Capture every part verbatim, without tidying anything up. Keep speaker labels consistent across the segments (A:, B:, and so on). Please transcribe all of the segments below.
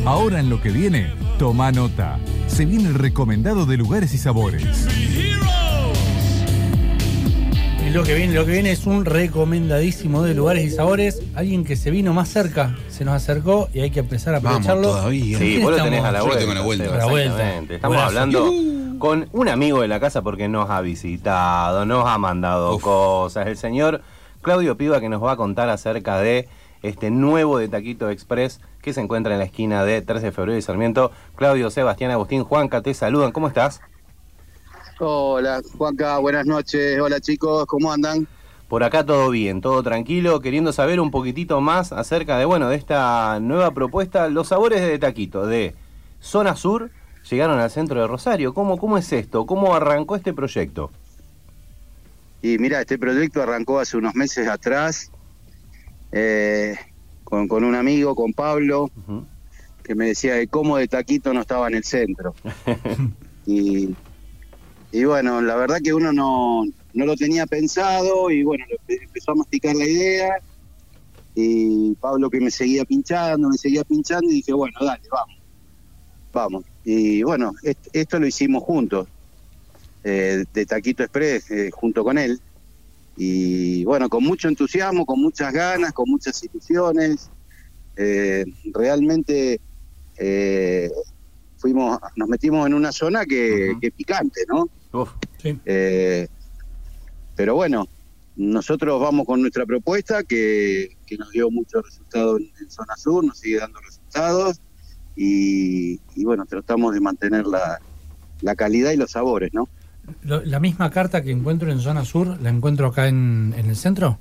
A: Ahora en lo que viene, toma nota. Se viene el recomendado de lugares y sabores.
B: Y lo que viene, lo que viene es un recomendadísimo de lugares y sabores. Alguien que se vino más cerca, se nos acercó y hay que empezar a aprovecharlo.
C: Vamos todavía.
D: Sí, vos lo tenés a la vuelta.
C: Yo lo tengo a la vuelta.
D: Seba,
B: A la vuelta.
D: exactamente. Estamos
B: Buenazo.
D: hablando
B: Uh.
D: con un amigo de la casa porque nos ha visitado, nos ha mandado
C: Uf.
D: cosas. El señor Claudio Piva, que nos va a contar acerca de este nuevo de Taquito Express que se encuentra en la esquina de trece de febrero y Sarmiento. Claudio, Sebastián, Agustín, Juanca, te saludan. ¿Cómo estás?
E: Hola, Juanca, buenas noches. Hola, chicos, ¿cómo andan?
D: Por acá todo bien, todo tranquilo, queriendo saber un poquitito más acerca de, bueno, de esta nueva propuesta. Los sabores de Taquito, de Zona Sur, llegaron al centro de Rosario. ¿Cómo, cómo es esto? ¿Cómo arrancó este proyecto?
E: Y mira, este proyecto arrancó hace unos meses atrás eh, con, con un amigo, con Pablo,
D: Uh-huh.
E: que me decía de cómo de Taquito no estaba en el centro. y, y bueno, la verdad que uno no, no lo tenía pensado y bueno, empezó a masticar la idea y Pablo que me seguía pinchando, me seguía pinchando y dije, bueno, dale, vamos, vamos. Y bueno, est- esto lo hicimos juntos. Eh, de Taquito Express eh, junto con él y bueno, con mucho entusiasmo, con muchas ganas, con muchas ilusiones. Eh, realmente eh, fuimos, nos metimos en una zona que,
D: Uh-huh.
E: que es picante, ¿no?
D: Uf.
B: Sí.
E: Eh, pero bueno, nosotros vamos con nuestra propuesta que, que nos dio muchos resultados en, en Zona Sur, nos sigue dando resultados y, y bueno, tratamos de mantener la, la calidad y los sabores, ¿no?
B: Lo- ¿La misma carta que encuentro en Zona Sur la encuentro acá en, en el centro?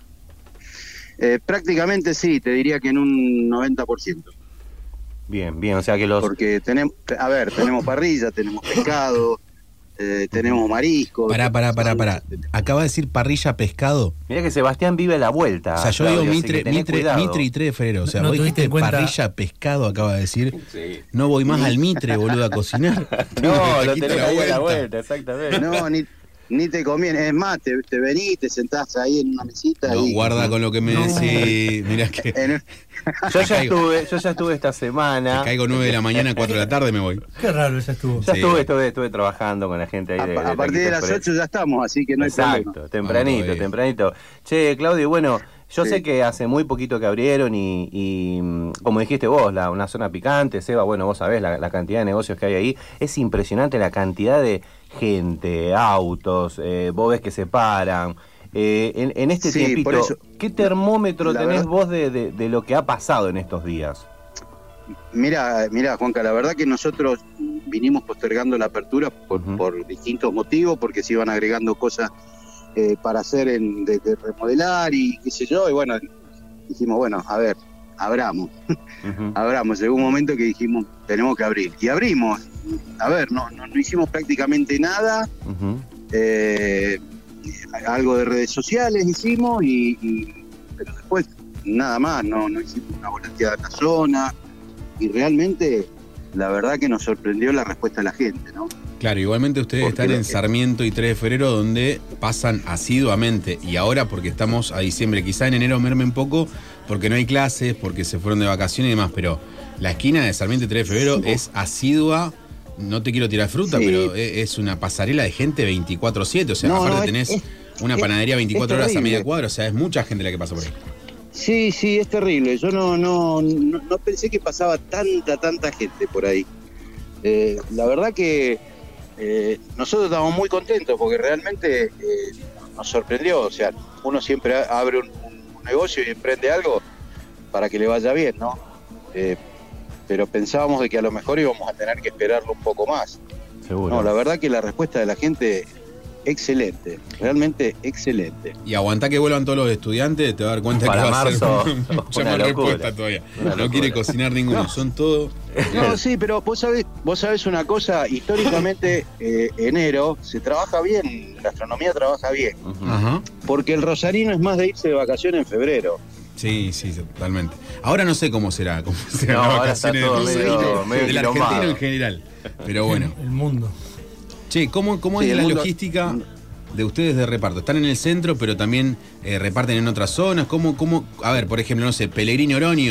E: Eh, prácticamente sí, te diría que en un noventa por ciento.
D: Bien, bien, o sea que los...
E: Porque tenemos, a ver, tenemos parrilla, tenemos pescado, eh, tenemos mariscos.
C: Pará, pará, pará, pará.
E: tenemos-
C: Acaba de decir parrilla pescado.
D: Mirá que Sebastián vive a la vuelta.
C: O sea, yo
D: Claudio,
C: digo
D: así que
C: Mitre,
D: tenés
C: Mitre,
D: cuidado.
C: Mitre y tres de febrero. O sea,
B: No
C: vos
B: tuviste
C: dijiste
B: en cuenta-
C: parrilla pescado, acaba de decir.
D: Sí.
C: No voy más al Mitre, boludo, a cocinar.
D: No, lo
C: Taquito
D: tenés
C: a
D: ahí a la vuelta, exactamente.
E: No, ni, ni te conviene. Es más, te, te venís, te sentás ahí en una mesita.
C: No,
E: y,
C: guarda con lo que me
B: No.
C: decís. Mirá que
E: en-
D: Yo ya
C: caigo.
D: estuve, yo ya estuve esta semana.
C: me caigo nueve de la mañana, cuatro de la tarde, me voy.
B: Qué raro esa estuvo.
D: Ya
C: Sí.
D: estuve, estuve, estuve trabajando con la gente ahí
E: a,
D: de,
E: a
D: de
E: partir de
D: Taquito
E: las
D: Express.
E: ocho ya estamos, así que no hay
D: Exacto,
E: problema.
D: tempranito,
C: todavía.
D: tempranito. Che, Claudio, bueno, yo
E: Sí.
D: sé que hace muy poquito que abrieron y, y, mm, como dijiste vos, la, una zona picante, Seba, bueno, vos sabés la, la cantidad de negocios que hay ahí. Es impresionante la cantidad de gente, autos, eh, vos ves que se paran. Eh, en, en este
E: Sí,
D: tiempito,
E: por eso,
D: ¿qué termómetro
E: la
D: tenés
E: verdad-
D: vos de, de, de lo que ha pasado en estos días?
E: Mira, mira, Juanca, la verdad que nosotros vinimos postergando la apertura por,
D: Ujú.
E: por distintos motivos, porque se iban agregando cosas eh, para hacer en, de, de remodelar y qué sé yo, y bueno, dijimos, bueno, a ver, abramos,
D: Ujú.
E: abramos. Llegó un momento que dijimos, tenemos que abrir. Y abrimos. A ver, no, no, no hicimos prácticamente nada,
D: Ujú.
E: eh, algo de redes sociales hicimos, y, y- pero después nada más, no, no hicimos una volanteada en la zona, y realmente la verdad que nos sorprendió la respuesta de la gente, ¿no?
C: Claro, igualmente ustedes
E: Porque
C: están
E: lo
C: en
E: que-
C: Sarmiento y tres de febrero, donde pasan asiduamente. Y ahora, porque estamos a diciembre, quizá en enero merme un poco, porque no hay clases, porque se fueron de vacaciones y demás, pero la esquina de Sarmiento y tres de febrero es asidua. No te quiero tirar fruta,
E: Sí.
C: pero e- es una pasarela de gente veinticuatro siete. O sea,
E: No,
C: aparte
E: no, es-
C: tenés
E: es-
C: una
E: es-
C: panadería veinticuatro
E: es
C: horas a
E: terrible.
C: media cuadra. O sea, es mucha gente la que pasa por ahí.
E: Sí, sí, es terrible. Yo no, no, no, no pensé que pasaba tanta, tanta gente por ahí. Eh, la verdad que eh, nosotros estamos muy contentos porque realmente eh, nos sorprendió. O sea, uno siempre a- abre un, un- un negocio y emprende algo para que le vaya bien, ¿no? Eh, pero pensábamos de que a lo mejor íbamos a tener que esperarlo un poco más.
D: Seguro.
E: No, la verdad que la respuesta de la gente, excelente, realmente excelente.
C: Y aguantá que vuelvan todos los estudiantes, te vas a dar cuenta
D: Para
C: que va
D: marzo,
C: a ser mucha
D: una
C: más
D: locura.
C: respuesta todavía.
D: Una
C: No
D: locura.
C: quiere cocinar ninguno,
E: No.
C: son todos.
E: No, sí, pero vos sabés, vos sabés una cosa, históricamente eh, enero se trabaja bien, la gastronomía trabaja bien,
D: Ujú.
C: Ajá.
E: porque el rosarino es más de irse de vacaciones en febrero.
C: Sí, sí, totalmente. Ahora no sé cómo será, cómo serán
D: No,
C: las
D: ahora está
C: vacaciones
D: todo
C: del
D: medio-
C: Rosarino,
D: medio
C: del argentino
D: quilombado.
C: en general. Pero bueno.
B: El mundo.
C: Che, ¿cómo, cómo
E: Sí,
C: es
E: el
C: la
E: mundo-
C: logística de ustedes de reparto? ¿Están en el centro, pero también eh, reparten en otras zonas? ¿Cómo, cómo, a ver, por ejemplo, no sé, Pellegrini Oroño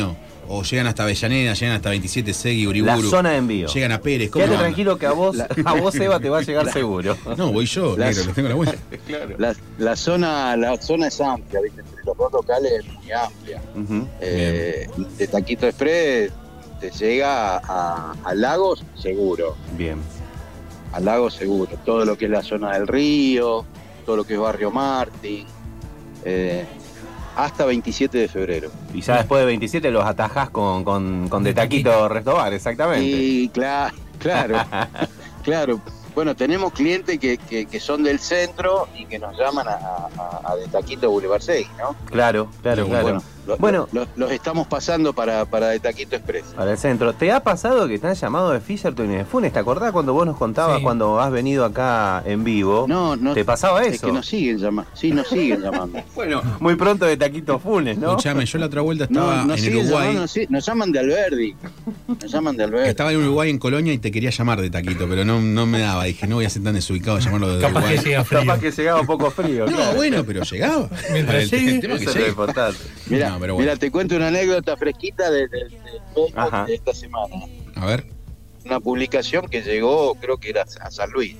C: o llegan hasta Avellaneda, llegan hasta veintisiete, Segui, Uriburu.
D: La zona de envío.
C: Llegan a Pérez. ¿Cómo
D: Quédate
C: anda?
D: tranquilo que a vos,
E: La-
D: a vos, Eva, te va a llegar
E: La-
D: seguro.
C: No, voy yo,
E: La-
C: negro, les tengo la vuelta.
D: Claro.
E: La, la zona la zona es amplia, ¿viste? Entre los dos locales es muy amplia.
D: Ujú.
E: Eh, de Taquito Express te llega a, a- a Lagos seguro,
D: Bien.
E: a Lagos seguro. Todo lo que es la zona del río, todo lo que es Barrio Martín, eh, hasta veintisiete de febrero.
D: Y ya después de veintisiete los atajás con, con, con De Taquito Restobar, exactamente.
E: Y cla- claro, claro. Bueno, tenemos clientes que, que, que son del centro y que nos llaman a, a, a De Taquito Boulevard Segui, ¿no?
D: Claro, claro,
C: Y
D: claro.
E: Bueno, lo-
D: Bueno.
E: lo- los estamos pasando para, para De Taquito Express.
D: Para el centro. ¿Te ha pasado que te han llamado de Fisherton y de Funes? ¿Te acordás cuando vos nos contabas
B: Sí.
D: cuando has venido acá en vivo?
E: No, no.
D: ¿Te pasaba
E: Es
D: eso?
E: que nos siguen llamando. Sí, nos siguen llamando.
D: Bueno, muy pronto de Taquito Funes, ¿no?
C: Escuchame, yo la otra vuelta estaba
E: No, nos
C: en
E: siguen
C: Uruguay.
E: llamando, sí, nos llaman de Alberdi. Nos llaman de Alberdi.
C: Estaba en Uruguay, en Colonia, y te quería llamar de Taquito, pero no, no me daba. Dije, no voy a ser tan desubicado a llamarlo de
B: Capaz
C: Uruguay.
B: que llega frío.
D: Capaz que llegaba un poco frío.
C: No,
D: claro.
C: bueno, pero llegaba.
B: Mientras
C: El- el
B: llegue,
C: tema es que
D: Eso es lo
C: llegue.
D: importante.
E: Mira,
C: No, pero bueno.
E: mira, te cuento una anécdota fresquita de, de- de Facebook
D: Ajá.
E: de esta semana.
C: A ver.
E: Una publicación que llegó, creo que era a San Luis.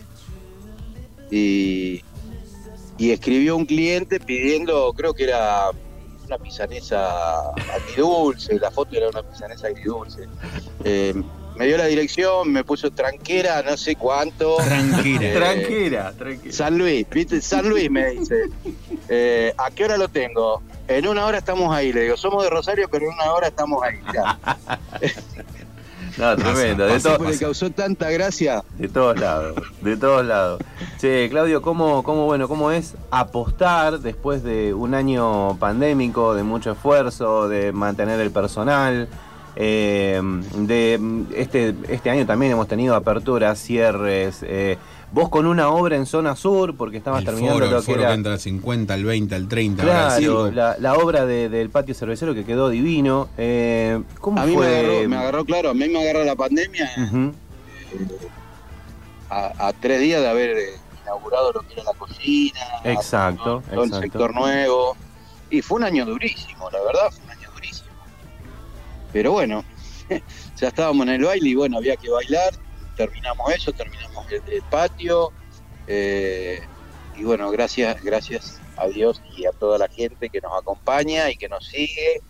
E: Y, y escribió un cliente pidiendo, creo que era una pisanesa agridulce, la foto era una pisanesa agridulce. Eh, me dio la dirección, me puso tranquera, no sé cuánto.
C: Tranquila.
E: Eh,
D: Tranquila, tranquila.
E: San Luis, ¿viste? San Luis me dice. Eh, ¿A qué hora lo tengo? En una hora estamos ahí. Le digo, somos de Rosario, pero en una hora estamos ahí. Mirá.
D: No, tremendo. De,
C: pasa,
D: to-
E: Siempre le causó tanta gracia.
D: de todos lados, de todos lados. Che, Claudio, ¿cómo, cómo, bueno, ¿cómo es apostar después de un año pandémico, de mucho esfuerzo, de mantener el personal? Eh, de este, este año también hemos tenido aperturas, cierres. Eh, vos con una obra en zona sur, porque estabas
C: El
D: terminando
C: foro,
D: lo
C: el
D: que
C: foro
D: era.
C: que entra al cincuenta, al veinte, al treinta. ahora al
D: Claro,
C: cinco.
D: la, la obra de- del patio cervecero que quedó divino. Eh, ¿Cómo
E: A mí me
D: fue?
E: agarró, me agarró, claro, a mí me agarró la pandemia
D: Ujú.
E: a, a tres días de haber eh, inaugurado lo que era la cocina.
D: Exacto,
E: todo el
D: exacto.
E: sector nuevo. Y fue un año durísimo, la verdad, fue un año durísimo. Pero bueno, ya estábamos en el baile y bueno, había que bailar. Terminamos eso, terminamos el, el patio. eh, y bueno, gracias, gracias a Dios y a toda la gente que nos acompaña y que nos sigue.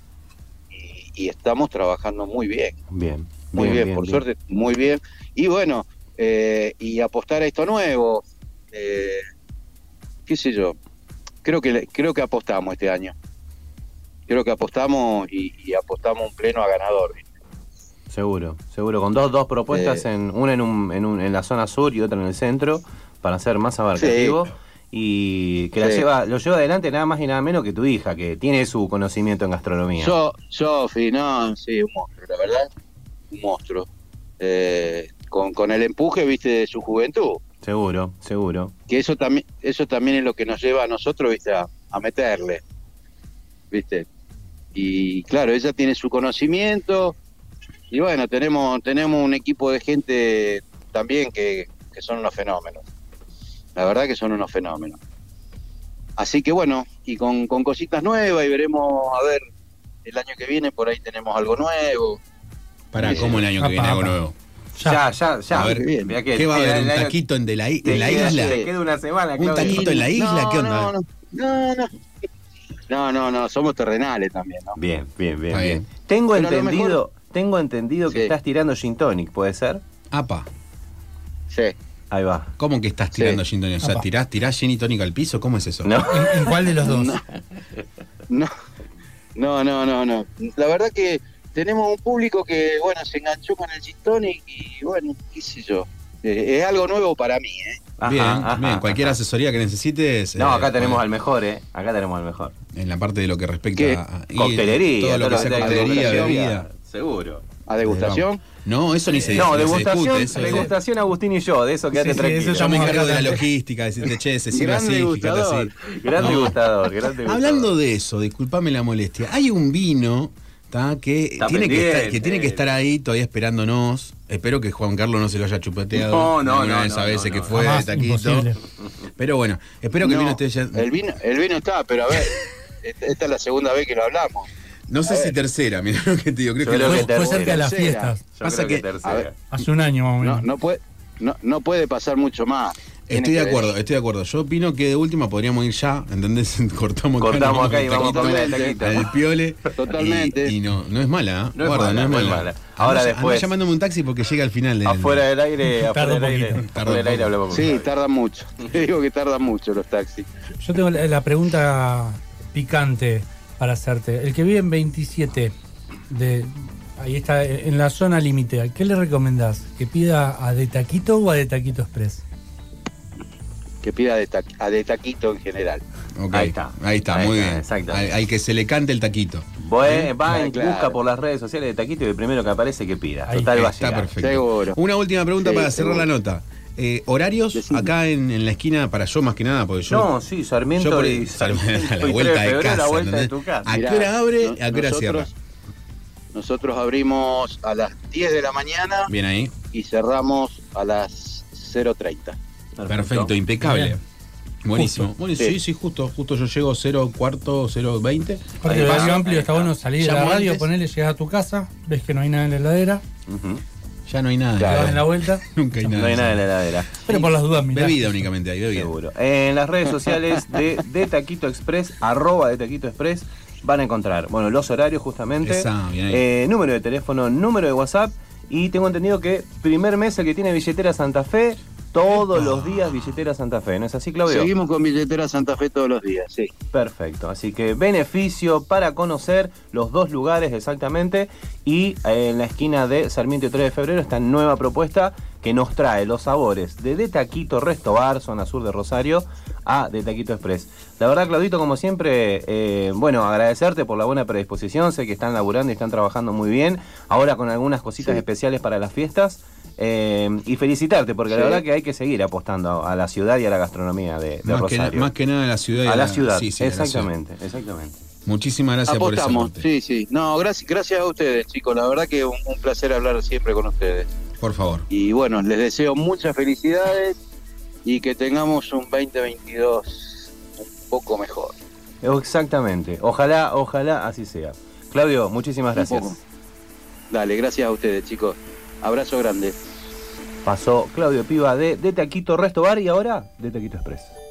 E: Y, y estamos trabajando muy bien.
D: Bien,
E: Muy bien, por
D: bien.
E: suerte, muy bien. Y bueno, eh, y apostar a esto nuevo, eh, qué sé yo, creo que le- creo que apostamos este año. Creo que apostamos y, y apostamos un pleno a ganador. ¿viste?
D: Seguro, seguro. Con dos, dos propuestas,
E: Eh.
D: en una en, un, en, un- en la zona sur y otra en el centro, para ser más abarcativo. Y que la
E: Sí.
D: lleva, lo lleva adelante nada más y nada menos que tu hija, que tiene su conocimiento en gastronomía.
E: Yo, Sofi, no, sí, un monstruo, la verdad, un monstruo. Eh, con, con el empuje, viste, de su juventud.
D: Seguro, seguro.
E: Que eso también, eso también es lo que nos lleva a nosotros, viste, a, a meterle, viste. Y claro, ella tiene su conocimiento y bueno, tenemos, tenemos un equipo de gente también que, que son unos fenómenos. La verdad que son unos fenómenos. Así que bueno, y con, con cositas nuevas y veremos, a ver, el año que viene por ahí tenemos algo nuevo.
C: Pará,
E: Sí.
C: ¿cómo el año que
B: Apa,
C: viene algo
B: apa.
C: nuevo?
D: Ya, ya, ya.
C: A ver,
E: bien.
D: Mirá que
C: ¿Qué va a
D: el
C: haber? ¿Un
D: año-
C: taquito en, de la, i-
D: te
C: en la
D: queda-
C: isla?
D: Te queda una semana,
C: Un
D: Claudio.
C: taquito en la isla,
E: No,
C: ¿qué onda?
E: No, no, no, no. No, no, no, somos terrenales también, ¿no?
D: Bien, bien, bien,
C: Está
D: bien.
C: bien.
D: Tengo
E: Pero a lo
D: entendido,
E: mejor-
D: tengo entendido que
E: Sí.
D: estás tirando gin tonic, ¿puede ser?
C: Apa,
E: Sí.
D: Ahí va.
C: ¿cómo que estás tirando gin tonic? O sea,
B: Apa.
C: ¿tirás, tirás gin y tonic al piso? ¿Cómo es eso?
D: No.
B: ¿En, en cuál de los dos?
E: No. No, no, no, no, no. La verdad que tenemos un público que, bueno, se enganchó con el gin tonic y, bueno, qué sé yo. Eh, es algo nuevo para mí, ¿eh?
D: Ajá,
C: bien,
D: ajá,
C: bien. Cualquier
D: ajá.
C: asesoría que necesites.
D: No,
C: eh,
D: acá tenemos
C: bueno,
D: al mejor, ¿eh? Acá tenemos al mejor.
C: En la parte de lo que respecta
E: ¿Qué?
C: a. y
D: Coctelería,
C: Todo lo que sea
D: de- de-
C: coctelería,
D: de-
C: bebida.
D: Seguro.
E: ¿A degustación?
C: No, eso ni se
D: No,
C: ni se
D: degustación,
C: discute, eso es-
D: degustación Agustín y yo, de eso quédate
B: Sí, sí,
D: tranquilo.
B: eso
C: Yo me
B: Estamos
C: encargo de la
B: acá.
C: logística, decirte, che, se sirve
E: Gran
C: así, fíjate
E: degustador.
C: así.
D: Gran
C: No.
D: degustador, gran degustador.
C: Hablando de eso, disculpame la molestia, hay un vino ¿tá? que,
D: Está
C: tiene que, estar,
D: pendiente.
C: que tiene que estar ahí todavía esperándonos. Espero que Juan Carlos no se lo haya chupeteado.
D: No, no,
C: alguna
D: no,
C: de
D: no,
C: esas
D: no,
C: veces
D: no,
C: que
D: no.
C: fue
B: Jamás,
C: de taquito.
B: imposible.
C: Pero bueno, espero que el
E: No,
C: vino esté ya.
E: el vino, el vino está, pero a ver, esta esta es la segunda vez que lo hablamos.
C: No sé si tercera, mira lo que te digo. Creo
D: Yo
C: que
D: creo
C: la-
D: que
B: Fue, fue
D: tercera.
B: cerca de las
E: Tercera.
B: fiestas.
D: Yo
C: Pasa
D: creo que,
C: que-
D: tercera.
E: a ver.
B: Hace un año más o
E: No,
B: menos.
E: no puede, no, no puede pasar mucho más. Tiene
C: Estoy de
E: que
C: acuerdo,
E: venir.
C: estoy de acuerdo. Yo opino que de última podríamos ir ya, ¿entendés? Cortamos acá,
D: Cortamos
C: nos
D: acá y
C: al
D: vamos a comer el
E: Totalmente.
D: taquito.
C: al piole.
E: Totalmente.
C: Y, y no, no es mala, ¿eh?
D: No es
C: Guarda,
D: mala,
C: no es
D: no es
C: mala.
D: mala. Ahora
C: Andá-
D: después-
C: andá llamándome un taxi porque llega al final del.
D: Afuera del aire, afuera
B: Tarda
D: del
B: un
D: aire.
B: poquito.
C: Tarda
D: Afuera del
C: un
D: aire
C: poco.
D: hablamos.
E: Sí, tarda mucho. Te digo que tardan mucho los taxis.
B: Yo tengo la, la pregunta picante para hacerte. El que vive en veintisiete, de, ahí está, en la zona límite, ¿qué le recomendás? ¿Que pida a De Taquito o a De Taquito Express?
E: Que pida de ta- a de taquito en general.
C: Ok,
D: Ahí está.
C: Ahí está,
D: Ahí
C: muy
D: está,
C: bien.
D: exacto.
C: Al, al que se le cante el taquito.
D: Bueno, va
E: Ah,
D: en
E: claro.
D: busca por las redes sociales de Taquito y el primero que aparece que pida.
B: Ahí
D: Total va a
C: Está
D: llegar.
C: perfecto.
E: Seguro.
C: Una última pregunta
E: Sí,
C: para cerrar
E: seguro.
C: la nota. Eh, ¿Horarios
E: Decime.
C: acá en, en la esquina para yo más que nada? Porque yo.
D: No, sí, Sarmiento
C: yo por-
D: y
C: Sarmiento, a la
D: y
C: vuelta
D: tres
C: de
D: febrero,
C: casa.
D: a la vuelta de
C: ¿entendés?
D: tu casa.
C: ¿A
E: Mirá,
C: qué hora abre
E: no-
C: y a qué hora cierra?
E: nosotros- Nosotros abrimos a las diez de la mañana
C: Bien ahí.
E: y cerramos a las cero treinta.
C: Perfecto, impecable.
B: Bien.
C: Buenísimo.
B: Justo.
C: Buenísimo. Sí.
E: Sí.
C: sí, justo. Justo yo llego cero cuarto, cero veinte.
B: Porque
D: Ahí
B: el
D: va,
B: barrio
D: ahí
B: amplio está
D: está.
B: bueno salir de la
C: Llamo
B: radio,
C: antes.
B: ponerle, llegas a tu casa, ves que no hay nada en la heladera,
D: Ujú.
C: Ya no hay nada.
B: te
D: Claro.
B: das en la vuelta,
C: Nunca hay nada.
D: No hay nada en la heladera.
B: pero por las dudas, mirá.
C: Bebida únicamente hay, bebida.
D: Seguro. En las redes sociales de, de Taquito Express, arroba de Taquito Express, van a encontrar, bueno, los horarios justamente,
C: Esa, bien ahí.
D: eh, número de teléfono, número de WhatsApp, y tengo entendido que primer mes el que tiene billetera Santa Fe, todos
C: Epa.
D: los días billetera Santa Fe, ¿no es así, Claudio?
E: Seguimos con billetera Santa Fe todos los días, sí.
D: Perfecto, así que beneficio para conocer los dos lugares exactamente, y eh, en la esquina de Sarmiento y tres de febrero esta nueva propuesta que nos trae los sabores de De Taquito Resto Bar, zona sur de Rosario, a De Taquito Express. La verdad, Claudito, como siempre, eh, bueno, agradecerte por la buena predisposición, sé que están laburando y están trabajando muy bien, ahora con algunas cositas
E: Sí.
D: especiales para las fiestas, eh, y felicitarte, porque la
E: Sí.
D: verdad que hay que seguir apostando a la ciudad y a la gastronomía de, de
C: Más que,
D: Rosario.
C: más que nada a la ciudad. y
D: a la ciudad,
C: sí, sí, a la ciudad.
D: exactamente, exactamente.
C: Muchísimas gracias
E: Apostamos,
C: por ese
E: sí, sí. No, gracias, gracias a ustedes, chicos. La verdad que un, un placer hablar siempre con ustedes.
C: Por favor.
E: Y bueno, les deseo muchas felicidades y que tengamos un veinte veintidós un poco mejor.
D: Exactamente. Ojalá, ojalá así sea. Claudio, muchísimas
E: Un
D: gracias.
E: poco. Dale, gracias a ustedes, chicos. Abrazo grande.
D: Pasó Claudio Piva de, de Taquito Resto Bar y ahora de Taquito Express.